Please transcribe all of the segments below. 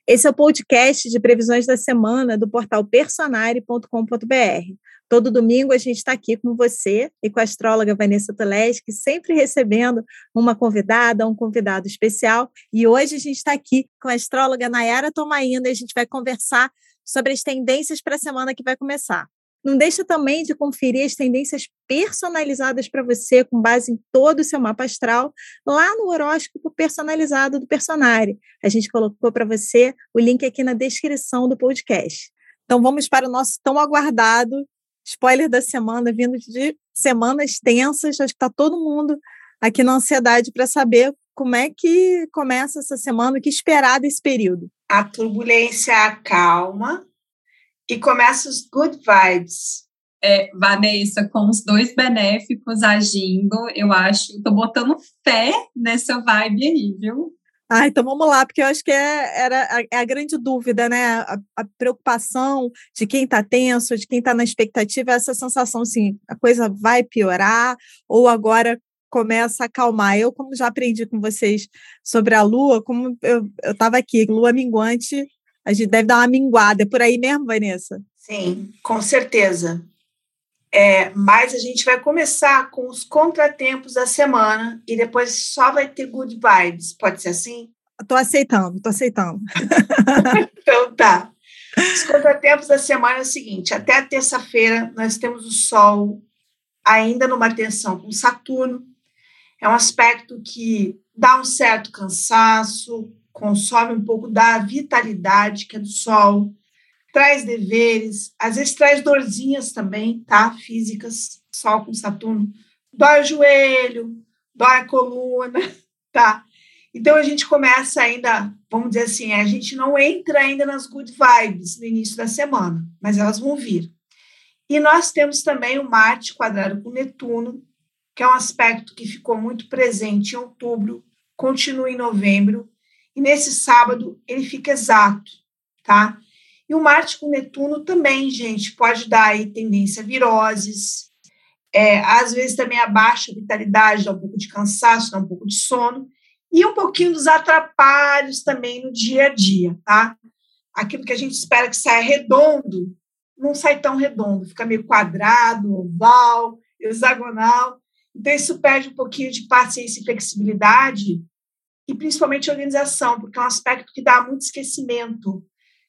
Esse é o podcast de previsões da semana do portal personare.com.br. Todo domingo a gente está aqui com você e com a astróloga Vanessa Toleschi, sempre recebendo uma convidada, um convidado especial. E hoje a gente está aqui com a astróloga Nayara Tomaina e a gente vai conversar sobre as tendências para a semana que vai começar. Não deixa também de conferir as tendências personalizadas para você, com base em todo o seu mapa astral, lá no horóscopo personalizado do Personare. A gente colocou para você o link aqui na descrição do podcast. Então vamos para o nosso tão aguardado spoiler da semana, vindo de semanas tensas. Acho que está todo mundo aqui na ansiedade para saber como é que começa essa semana, o que esperar desse período. A turbulência acalma e começa os good vibes. Vanessa, com os dois benéficos agindo, eu acho, estou botando fé nessa vibe aí, viu? Então vamos lá, porque eu acho que é a grande dúvida, né? A preocupação de quem está tenso, de quem está na expectativa, essa sensação assim, a coisa vai piorar ou agora começa a acalmar. Eu, como já aprendi com vocês sobre a Lua, como eu estava aqui, Lua minguante, a gente deve dar uma minguada. É por aí mesmo, Vanessa? Sim, com certeza. Mas a gente vai começar com os contratempos da semana e depois só vai ter good vibes. Pode ser assim? Estou aceitando. Então tá. Os contratempos da semana é o seguinte: até a terça-feira nós temos o Sol ainda numa tensão com Saturno. É um aspecto que dá um certo cansaço, consome um pouco da vitalidade que é do Sol, traz deveres, às vezes traz dorzinhas também, tá? Físicas, Sol com Saturno. Dói o joelho, dói a coluna, tá? Então a gente começa ainda, vamos dizer assim, a gente não entra ainda nas good vibes no início da semana, mas elas vão vir. E nós temos também o Marte quadrado com Netuno, que é um aspecto que ficou muito presente em outubro, continua em novembro, e nesse sábado ele fica exato, tá? E o Marte com Netuno também, gente, pode dar aí tendência a viroses, às vezes também a baixa vitalidade, dá um pouco de cansaço, dá um pouco de sono, e um pouquinho dos atrapalhos também no dia a dia, tá? Aquilo que a gente espera que saia redondo, não sai tão redondo, fica meio quadrado, oval, hexagonal. Então, isso perde um pouquinho de paciência e flexibilidade, e principalmente organização, porque é um aspecto que dá muito esquecimento,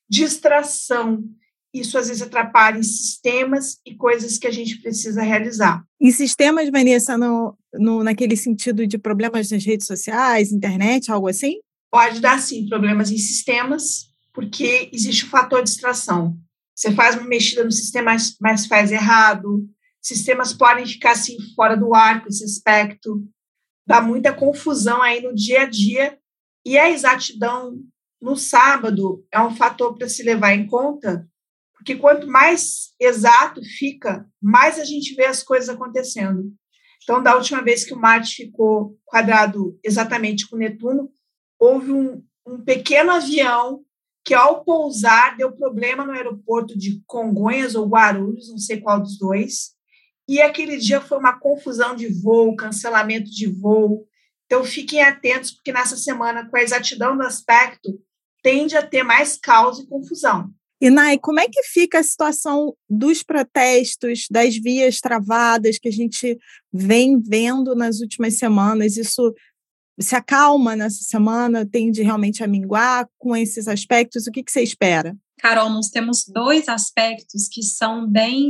distração. Isso às vezes atrapalha em sistemas e coisas que a gente precisa realizar. Em sistemas, Vanessa, naquele sentido de problemas nas redes sociais, internet, algo assim? Pode dar, sim, problemas em sistemas, porque existe o fator distração. Você faz uma mexida no sistema, mas faz errado. Sistemas podem ficar assim fora do ar com esse aspecto. Dá muita confusão aí no dia a dia. E a exatidão no sábado é um fator para se levar em conta, porque quanto mais exato fica, mais a gente vê as coisas acontecendo. Então, da última vez que o Marte ficou quadrado exatamente com Netuno, houve um pequeno avião que, ao pousar, deu problema no aeroporto de Congonhas ou Guarulhos, não sei qual dos dois, e aquele dia foi uma confusão de voo, cancelamento de voo. Então, fiquem atentos, porque nessa semana, com a exatidão do aspecto, tende a ter mais caos e confusão. E, Nay, como é que fica a situação dos protestos, das vias travadas que a gente vem vendo nas últimas semanas? Isso se acalma nessa semana? Tende realmente a minguar com esses aspectos? O que você espera? Carol, nós temos dois aspectos que são bem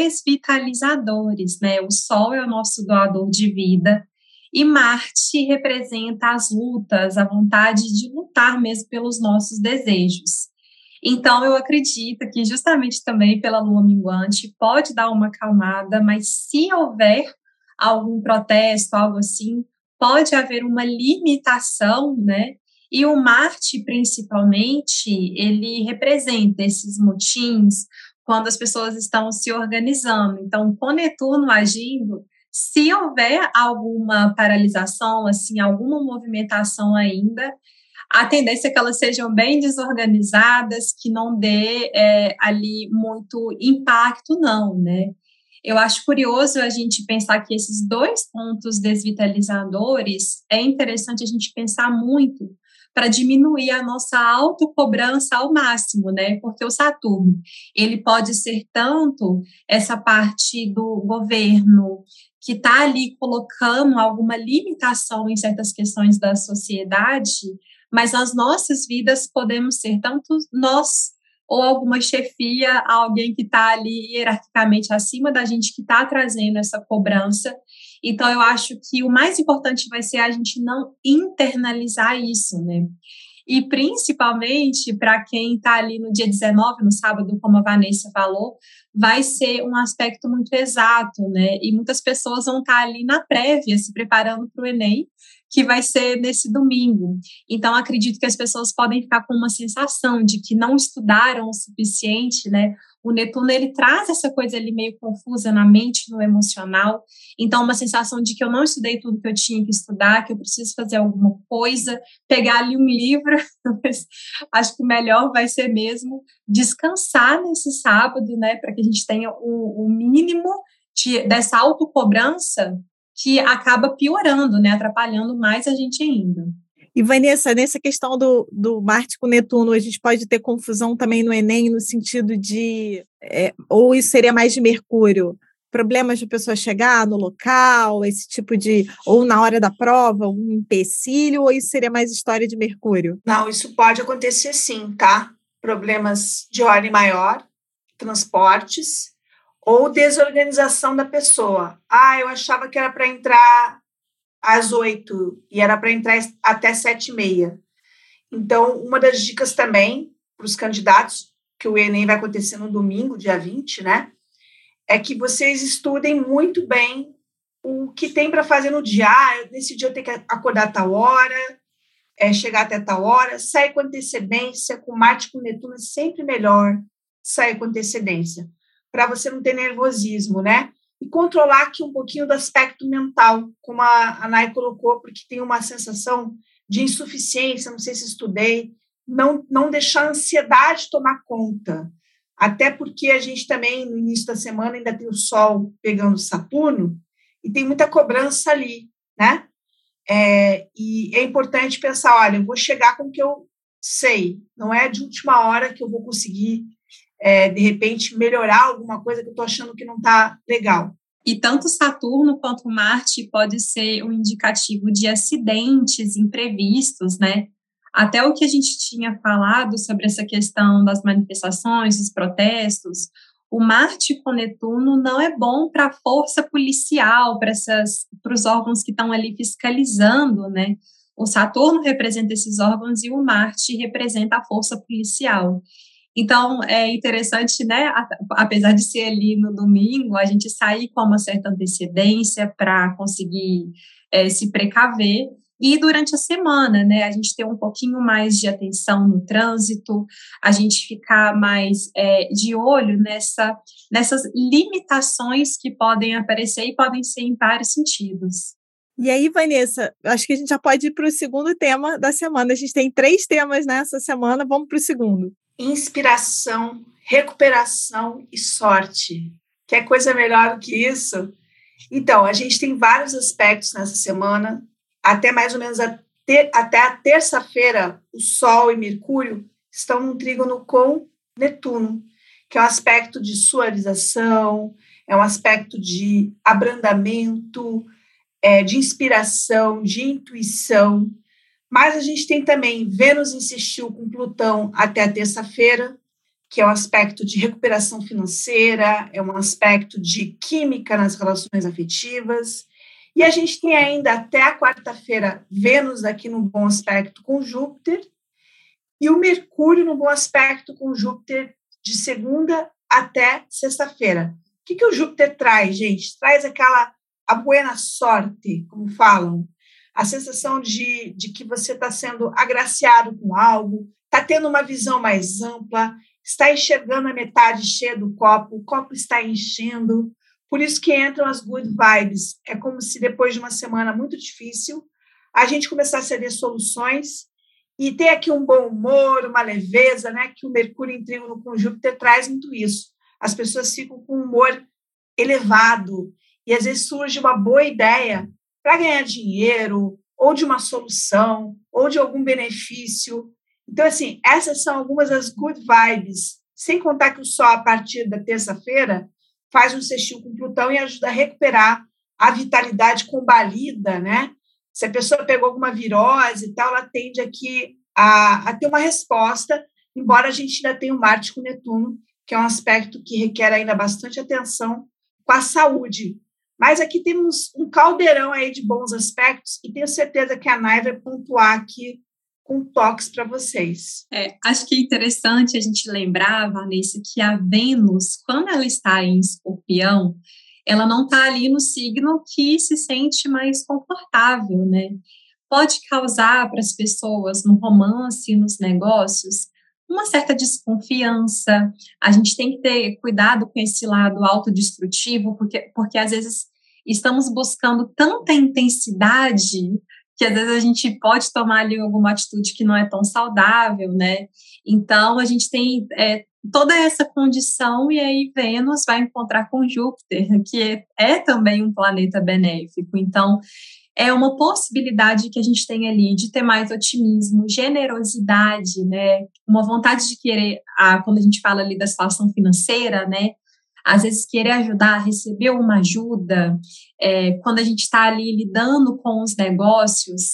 desvitalizadores, né? O Sol é o nosso doador de vida e Marte representa as lutas, a vontade de lutar mesmo pelos nossos desejos. Então, eu acredito que justamente também pela lua minguante pode dar uma acalmada, mas se houver algum protesto, algo assim, pode haver uma limitação, né? E o Marte, principalmente, ele representa esses motins quando as pessoas estão se organizando. Então, com Netuno agindo, se houver alguma paralisação, assim, alguma movimentação ainda, a tendência é que elas sejam bem desorganizadas, que não dê ali muito impacto, não, né? Eu acho curioso a gente pensar que esses dois pontos desvitalizadores é interessante a gente pensar muito, para diminuir a nossa autocobrança ao máximo, né? Porque o Saturno, ele pode ser tanto essa parte do governo que está ali colocando alguma limitação em certas questões da sociedade, mas nas nossas vidas podemos ser tanto nós ou alguma chefia, alguém que está ali hierarquicamente acima da gente, que está trazendo essa cobrança. Então, eu acho que o mais importante vai ser a gente não internalizar isso, né? E principalmente para quem está ali no dia 19, no sábado, como a Vanessa falou, vai ser um aspecto muito exato, né? E muitas pessoas vão estar ali na prévia, se preparando para o Enem, que vai ser nesse domingo. Então, acredito que as pessoas podem ficar com uma sensação de que não estudaram o suficiente, né? O Netuno, ele traz essa coisa ali meio confusa na mente, no emocional. Então, uma sensação de que eu não estudei tudo que eu tinha que estudar, que eu preciso fazer alguma coisa, pegar ali um livro. Mas acho que o melhor vai ser mesmo descansar nesse sábado, né? Para que a gente tenha o mínimo dessa autocobrança que acaba piorando, né? Atrapalhando mais a gente ainda. E, Vanessa, nessa questão do Marte com Netuno, a gente pode ter confusão também no Enem, no sentido de... ou isso seria mais de Mercúrio? Problemas de pessoa chegar no local, esse tipo de... ou na hora da prova, um empecilho, ou isso seria mais história de Mercúrio? Não, isso pode acontecer sim, tá? Problemas de ordem maior, transportes, ou desorganização da pessoa. Eu achava que era para entrar às 8 e era para entrar até 7h30. Então, uma das dicas também para os candidatos, que o Enem vai acontecer no domingo, dia 20, né? É que vocês estudem muito bem o que tem para fazer no dia. Nesse dia eu tenho que acordar a tal hora, chegar até tal hora, sair com antecedência, com Marte, com Netuno, é sempre melhor sair com antecedência, para você não ter nervosismo, né? E controlar aqui um pouquinho do aspecto mental, como a Nay colocou, porque tem uma sensação de insuficiência, não sei se estudei, não deixar a ansiedade tomar conta, até porque a gente também, no início da semana, ainda tem o Sol pegando Saturno, e tem muita cobrança ali, né? E é importante pensar, olha, eu vou chegar com o que eu sei, não é de última hora que eu vou conseguir de repente, melhorar alguma coisa que eu estou achando que não está legal. E tanto Saturno quanto Marte pode ser um indicativo de acidentes imprevistos, né? Até o que a gente tinha falado sobre essa questão das manifestações, dos protestos, o Marte com Netuno não é bom para a força policial, para os órgãos que estão ali fiscalizando, né? O Saturno representa esses órgãos e o Marte representa a força policial. Então, é interessante, né, apesar de ser ali no domingo, a gente sair com uma certa antecedência para conseguir se precaver. E durante a semana, né, a gente ter um pouquinho mais de atenção no trânsito, a gente ficar mais de olho nessas limitações que podem aparecer e podem ser em vários sentidos. E aí, Vanessa, acho que a gente já pode ir para o segundo tema da semana. A gente tem 3 temas nessa semana, vamos para o segundo. Inspiração, recuperação e sorte. Quer coisa melhor do que isso? Então, a gente tem vários aspectos nessa semana, até mais ou menos até a terça-feira, o Sol e Mercúrio estão num trígono com Netuno, que é um aspecto de suavização, é um aspecto de abrandamento, de inspiração, de intuição. Mas a gente tem também Vênus insistiu com Plutão até a terça-feira, que é um aspecto de recuperação financeira, é um aspecto de química nas relações afetivas. E a gente tem ainda até a quarta-feira Vênus aqui no bom aspecto com Júpiter e o Mercúrio no bom aspecto com Júpiter de segunda até sexta-feira. O que o Júpiter traz, gente? Traz a buena sorte, como falam, a sensação de que você está sendo agraciado com algo, está tendo uma visão mais ampla, está enxergando a metade cheia do copo, o copo está enchendo, por isso que entram as good vibes. É como se depois de uma semana muito difícil, a gente começasse a ver soluções e ter aqui um bom humor, uma leveza, né? Que o Mercúrio em trígono com Júpiter traz muito isso. As pessoas ficam com um humor elevado e às vezes surge uma boa ideia para ganhar dinheiro ou de uma solução, ou de algum benefício. Então, assim, essas são algumas das good vibes, sem contar que o Sol, a partir da terça-feira, faz um sextil com Plutão e ajuda a recuperar a vitalidade combalida, né? Se a pessoa pegou alguma virose e tal, ela tende aqui a ter uma resposta, embora a gente ainda tenha o Marte com Netuno, que é um aspecto que requer ainda bastante atenção com a saúde. Mas aqui temos um caldeirão aí de bons aspectos e tenho certeza que a Nai vai pontuar aqui com toques para vocês. Acho que é interessante a gente lembrar, Vanessa, que a Vênus, quando ela está em Escorpião, ela não está ali no signo que se sente mais confortável, né? Pode causar para as pessoas no romance e nos negócios uma certa desconfiança. A gente tem que ter cuidado com esse lado autodestrutivo, porque às vezes estamos buscando tanta intensidade que às vezes a gente pode tomar ali alguma atitude que não é tão saudável, né? Então, a gente tem toda essa condição, e aí Vênus vai encontrar com Júpiter, que é também um planeta benéfico. Então, é uma possibilidade que a gente tem ali de ter mais otimismo, generosidade, né? Uma vontade de querer, quando a gente fala ali da situação financeira, né? Às vezes querer ajudar, receber uma ajuda, quando a gente está ali lidando com os negócios,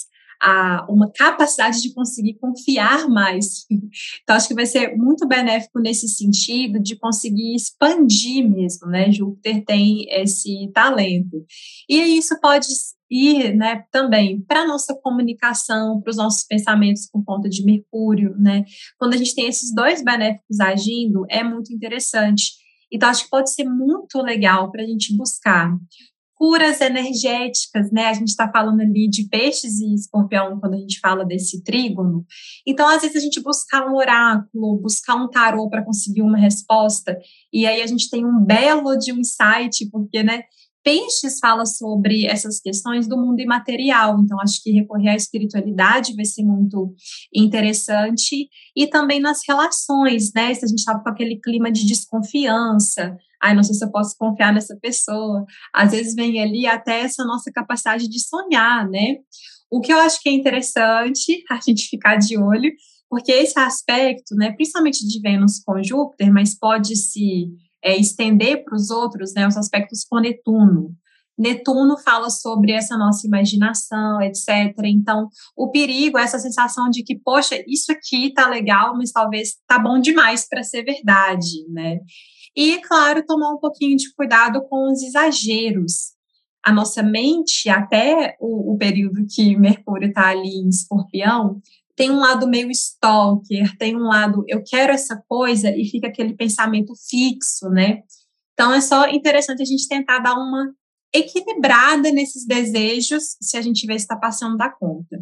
uma capacidade de conseguir confiar mais. Então, acho que vai ser muito benéfico nesse sentido de conseguir expandir mesmo, né? Júpiter tem esse talento. E isso pode ir, né, também para a nossa comunicação, para os nossos pensamentos por conta de Mercúrio, né? Quando a gente tem esses dois benéficos agindo, é muito interessante. Então, acho que pode ser muito legal para a gente buscar curas energéticas, né? A gente está falando ali de peixes e escorpião quando a gente fala desse trígono. Então, às vezes, a gente buscar um oráculo, buscar um tarô para conseguir uma resposta, e aí a gente tem um belo de um insight, porque, né? Peixes fala sobre essas questões do mundo imaterial, então acho que recorrer à espiritualidade vai ser muito interessante, e também nas relações, né? Se a gente estava com aquele clima de desconfiança, não sei se eu posso confiar nessa pessoa, às vezes vem ali até essa nossa capacidade de sonhar, né? O que eu acho que é interessante a gente ficar de olho, porque esse aspecto, né, principalmente de Vênus com Júpiter, mas pode se estender para os outros, né, os aspectos com Netuno. Netuno fala sobre essa nossa imaginação, etc. Então, o perigo é essa sensação de que, poxa, isso aqui tá legal, mas talvez tá bom demais para ser verdade, né? E, claro, tomar um pouquinho de cuidado com os exageros. A nossa mente, até o período que Mercúrio está ali em Escorpião, tem um lado meio stalker, tem um lado, eu quero essa coisa, e fica aquele pensamento fixo, né? Então, é só interessante a gente tentar dar uma equilibrada nesses desejos, se a gente vê se está passando da conta.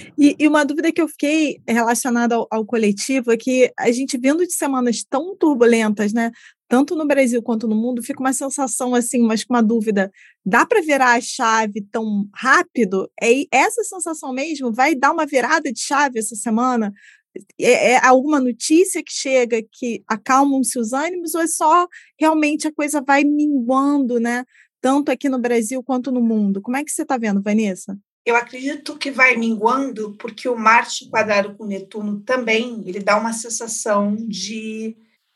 E uma dúvida que eu fiquei relacionada ao coletivo é que a gente, vindo de semanas tão turbulentas, né, tanto no Brasil quanto no mundo, fica uma sensação assim, mas com uma dúvida, dá para virar a chave tão rápido? Essa sensação mesmo vai dar uma virada de chave essa semana? É alguma notícia que chega que acalmam-se os ânimos, ou é só realmente a coisa vai minguando, né, tanto aqui no Brasil quanto no mundo? Como é que você está vendo, Vanessa? Eu acredito que vai minguando, porque o Marte quadrado com Netuno também, ele dá uma sensação de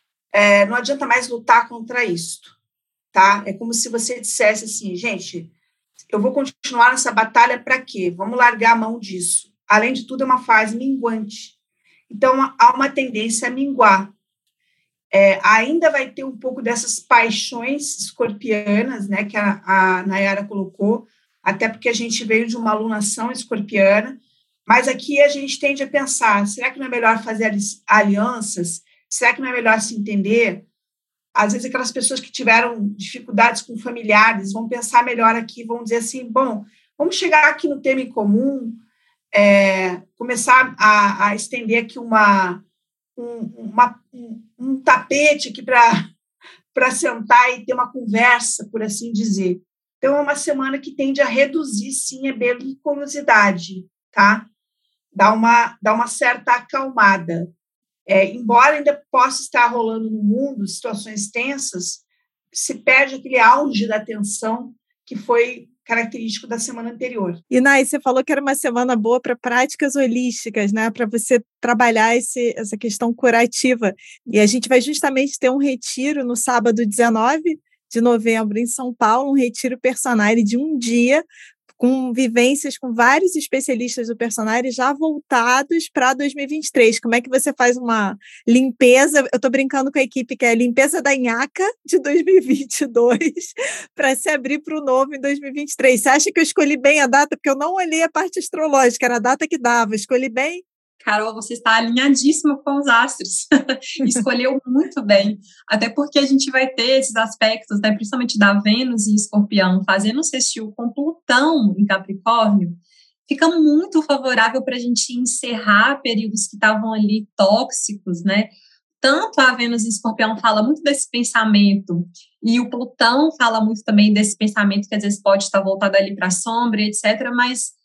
não adianta mais lutar contra isto, tá? É como se você dissesse assim, gente, eu vou continuar nessa batalha para quê? Vamos largar a mão disso. Além de tudo, é uma fase minguante. Então, há uma tendência a minguar. Ainda vai ter um pouco dessas paixões escorpianas, né, que a Nayara colocou, até porque a gente veio de uma alunação escorpiana, mas aqui a gente tende a pensar, será que não é melhor fazer alianças? Será que não é melhor se entender? Às vezes aquelas pessoas que tiveram dificuldades com familiares vão pensar melhor aqui, vão dizer assim, bom, vamos chegar aqui no tema em comum, começar a estender aqui um tapete aqui para sentar e ter uma conversa, por assim dizer. Então, é uma semana que tende a reduzir, sim, a belicosidade, tá? Dá uma certa acalmada. Embora ainda possa estar rolando no mundo situações tensas, se perde aquele auge da tensão que foi característico da semana anterior. E, Nai, você falou que era uma semana boa para práticas holísticas, né? Para você trabalhar essa questão curativa. E a gente vai justamente ter um retiro no sábado 19 de novembro em São Paulo, um retiro Personare de um dia, com vivências com vários especialistas do Personare já voltados para 2023. Como é que você faz uma limpeza? Eu estou brincando com a equipe que é a limpeza da nhaca de 2022 para se abrir para o novo em 2023. Você acha que eu escolhi bem a data? Porque eu não olhei a parte astrológica, era a data que dava. Escolhi bem? Carol, você está alinhadíssima com os astros. Escolheu muito bem. Até porque a gente vai ter esses aspectos, né, principalmente da Vênus em Escorpião, fazendo um sextil com Plutão em Capricórnio, fica muito favorável para a gente encerrar períodos que estavam ali tóxicos, né? Tanto a Vênus em Escorpião fala muito desse pensamento, e o Plutão fala muito também desse pensamento que às vezes pode estar voltado ali para a sombra, etc., mas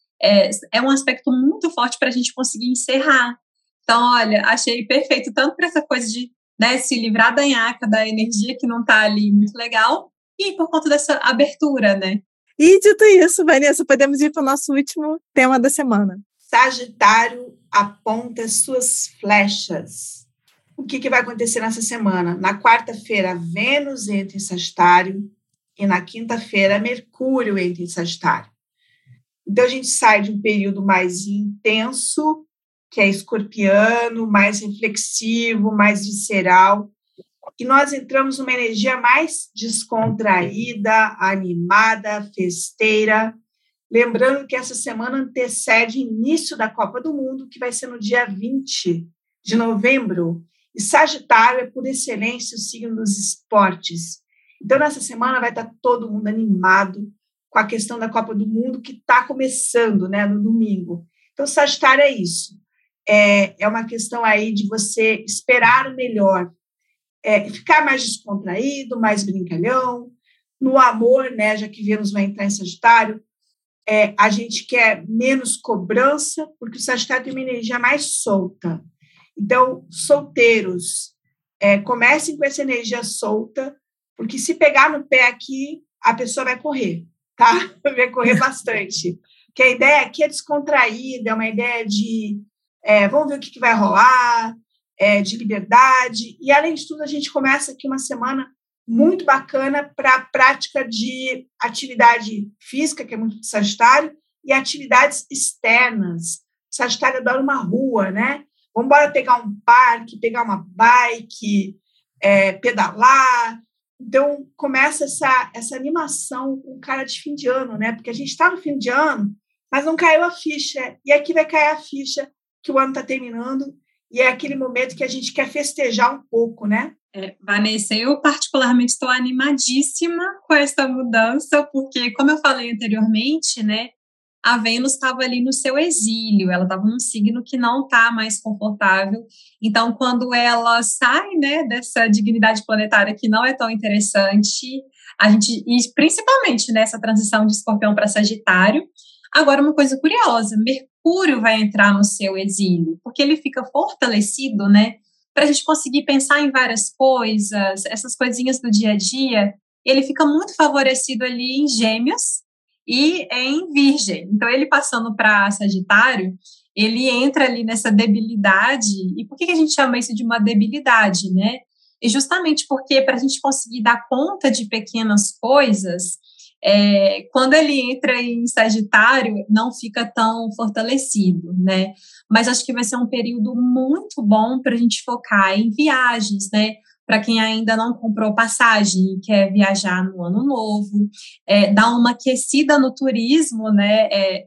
é um aspecto muito forte para a gente conseguir encerrar. Então, olha, achei perfeito, tanto para essa coisa de, né, se livrar da nhaca, da energia que não está ali muito legal, e por conta dessa abertura, né? E dito isso, Vanessa, podemos ir para o nosso último tema da semana. Sagitário aponta suas flechas. O que vai acontecer nessa semana? Na quarta-feira, Vênus entra em Sagitário e na quinta-feira, Mercúrio entra em Sagitário. Então, a gente sai de um período mais intenso, que é escorpiano, mais reflexivo, mais visceral, e nós entramos numa energia mais descontraída, animada, festeira. Lembrando que essa semana antecede o início da Copa do Mundo, que vai ser no dia 20 de novembro. E Sagitário é, por excelência, o signo dos esportes. Então, nessa semana vai estar todo mundo animado com a questão da Copa do Mundo, que está começando, né, no domingo. Então, Sagitário é isso. É uma questão aí de você esperar o melhor, ficar mais descontraído, mais brincalhão. No amor, né, já que Vênus vai entrar em Sagitário, a gente quer menos cobrança, porque o Sagitário tem uma energia mais solta. Então, solteiros, comecem com essa energia solta, porque se pegar no pé aqui, a pessoa vai correr. Tá? Vai correr bastante. Porque a ideia aqui é descontraída, é uma ideia de vamos ver o que vai rolar, de liberdade. E, além de tudo, a gente começa aqui uma semana muito bacana para a prática de atividade física, que é muito de Sagitário, e atividades externas. Sagitário adora uma rua, né? Vamos embora pegar um parque, pegar uma bike, pedalar. Então, começa essa animação com cara de fim de ano, né? Porque a gente está no fim de ano, mas não caiu a ficha. E aqui vai cair a ficha que o ano está terminando, e é aquele momento que a gente quer festejar um pouco, né? Vanessa, eu particularmente estou animadíssima com essa mudança, porque, como eu falei anteriormente, né, a Vênus estava ali no seu exílio, ela estava num signo que não está mais confortável. Então, quando ela sai, né, dessa dignidade planetária que não é tão interessante, e principalmente nessa transição de Escorpião para Sagitário. Agora, uma coisa curiosa, Mercúrio vai entrar no seu exílio, porque ele fica fortalecido, né, para a gente conseguir pensar em várias coisas, essas coisinhas do dia a dia. Ele fica muito favorecido ali em Gêmeos e em Virgem. Então, ele passando para Sagitário, ele entra ali nessa debilidade. E por que a gente chama isso de uma debilidade, né? E justamente porque, para a gente conseguir dar conta de pequenas coisas, quando ele entra em Sagitário, não fica tão fortalecido, né? Mas acho que vai ser um período muito bom para a gente focar em viagens, né? Para quem ainda não comprou passagem e quer viajar no ano novo, dar uma aquecida no turismo, né?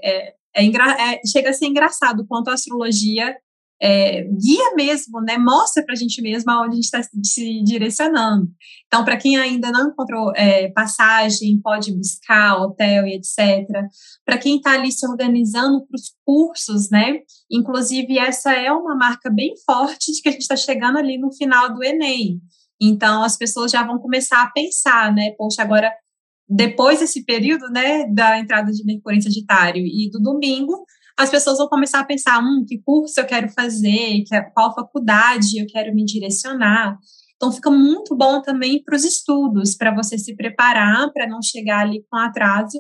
Chega a ser engraçado quanto a astrologia guia mesmo, né? Mostra para a gente mesmo aonde a gente está se direcionando. Então, para quem ainda não encontrou passagem, pode buscar hotel e etc. Para quem está ali se organizando para os cursos, né? Inclusive, essa é uma marca bem forte de que a gente está chegando ali no final do Enem. Então, as pessoas já vão começar a pensar, né? Poxa, agora, depois desse período, né, da entrada de Mercúrio em Sagitário e do domingo, as pessoas vão começar a pensar, que curso eu quero fazer, qual faculdade eu quero me direcionar. Então, fica muito bom também para os estudos, para você se preparar, para não chegar ali com atraso,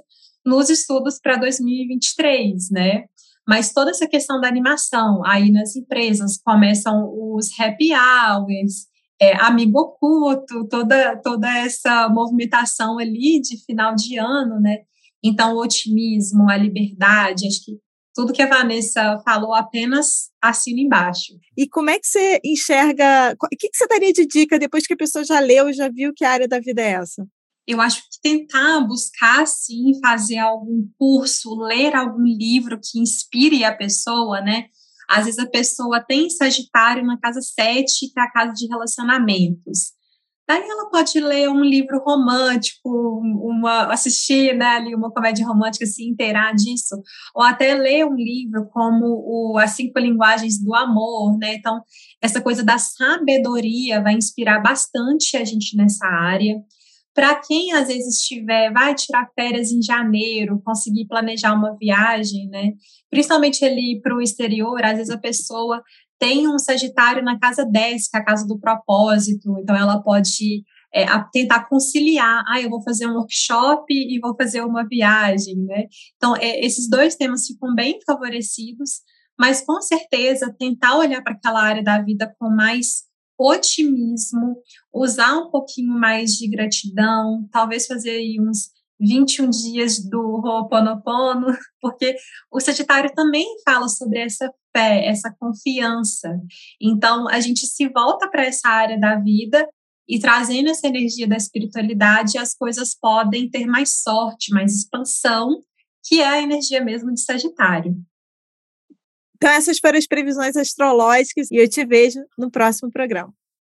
nos estudos para 2023, né? Mas toda essa questão da animação, aí nas empresas começam os happy hours, amigo oculto, toda essa movimentação ali de final de ano, né? Então, o otimismo, a liberdade, acho que tudo que a Vanessa falou apenas assina embaixo. E como é que você enxerga, o que você daria de dica depois que a pessoa já leu e já viu que a área da vida é essa? Eu acho que tentar buscar, sim, fazer algum curso, ler algum livro que inspire a pessoa, né? Às vezes a pessoa tem Sagitário na casa 7, que é a casa de relacionamentos. Daí ela pode ler um livro romântico, assistir, né, ali uma comédia romântica, se inteirar disso, ou até ler um livro como As 5 Linguagens do Amor, né? Então, essa coisa da sabedoria vai inspirar bastante a gente nessa área. Para quem às vezes vai tirar férias em janeiro, conseguir planejar uma viagem, né? Principalmente ali para o exterior, às vezes a pessoa tem um Sagitário na casa 10, que é a casa do propósito, então ela pode tentar conciliar, eu vou fazer um workshop e vou fazer uma viagem, né? Então, esses dois temas ficam bem favorecidos, mas com certeza tentar olhar para aquela área da vida com mais otimismo, usar um pouquinho mais de gratidão, talvez fazer aí uns 21 dias do Ho'oponopono, porque o Sagitário também fala sobre essa fé, essa confiança. Então, a gente se volta para essa área da vida e trazendo essa energia da espiritualidade, as coisas podem ter mais sorte, mais expansão, que é a energia mesmo de Sagitário. Então, essas foram as previsões astrológicas e eu te vejo no próximo programa.